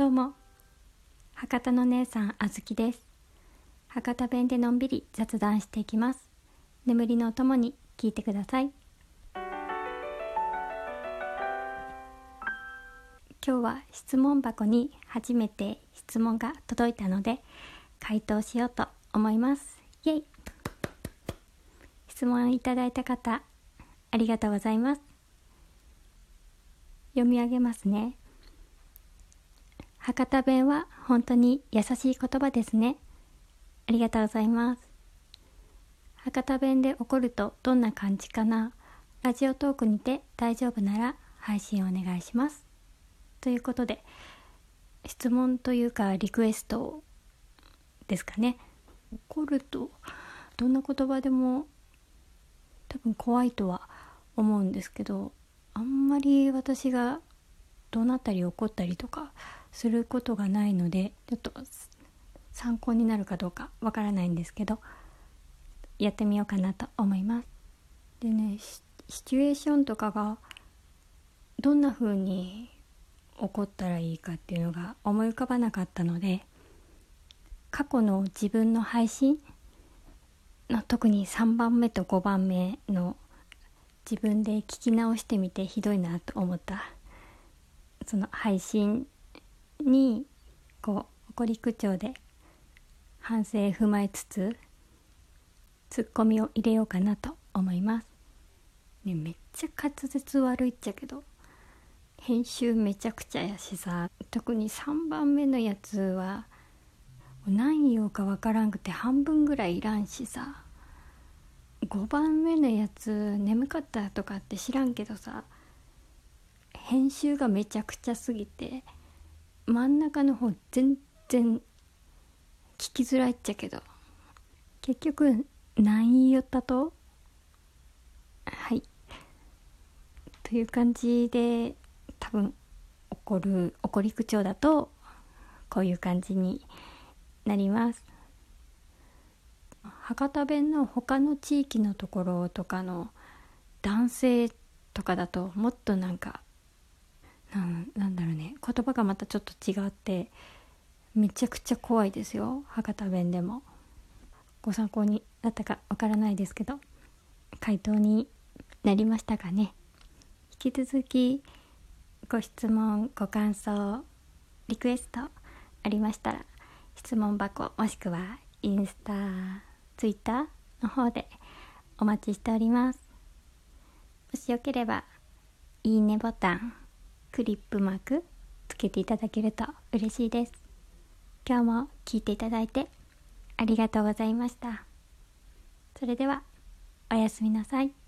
どうも、博多の姉さんあずきです。博多弁でのんびり雑談していきます。眠りのお供に聞いてください。今日は質問箱に初めて質問が届いたので回答しようと思います。イエイ。質問いただいた方ありがとうございます。読み上げますね。博多弁は本当に優しい言葉ですね。ありがとうございます。博多弁で怒るとどんな感じかな。ラジオトークにて大丈夫なら配信お願いします。ということで、質問というかリクエストですかね。怒るとどんな言葉でも多分怖いとは思うんですけど、あんまり私が怒鳴ったり怒ったりとかすることがないので、ちょっと参考になるかどうかわからないんですけど、やってみようかなと思います。でね、シチュエーションとかがどんな風に起こったらいいかっていうのが思い浮かばなかったので、過去の自分の配信の特に3番目と5番目の自分で聞き直してみてひどいなと思ったその配信に怒り口調で反省踏まえつつツッコミを入れようかなと思います、ね、めっちゃ滑舌悪いっちゃけど編集めちゃくちゃやしさ、特に3番目のやつは何言おうかわからんくて半分ぐらいいらんしさ、5番目のやつ眠かったとかって知らんけどさ、編集がめちゃくちゃすぎて真ん中の方全然聞きづらいっちゃけど、結局何言ったとはいという感じで、多分怒り口調だとこういう感じになります。博多弁の他の地域のところとかの男性とかだともっとなんだろうね、言葉がまたちょっと違ってめちゃくちゃ怖いですよ。博多弁でもご参考になったかわからないですけど、回答になりましたかね。引き続きご質問ご感想リクエストありましたら、質問箱もしくはインスタツイッターの方でお待ちしております。もしよければいいねボタン、クリップマークつけていただけると嬉しいです。今日も聞いていただいてありがとうございました。それではおやすみなさい。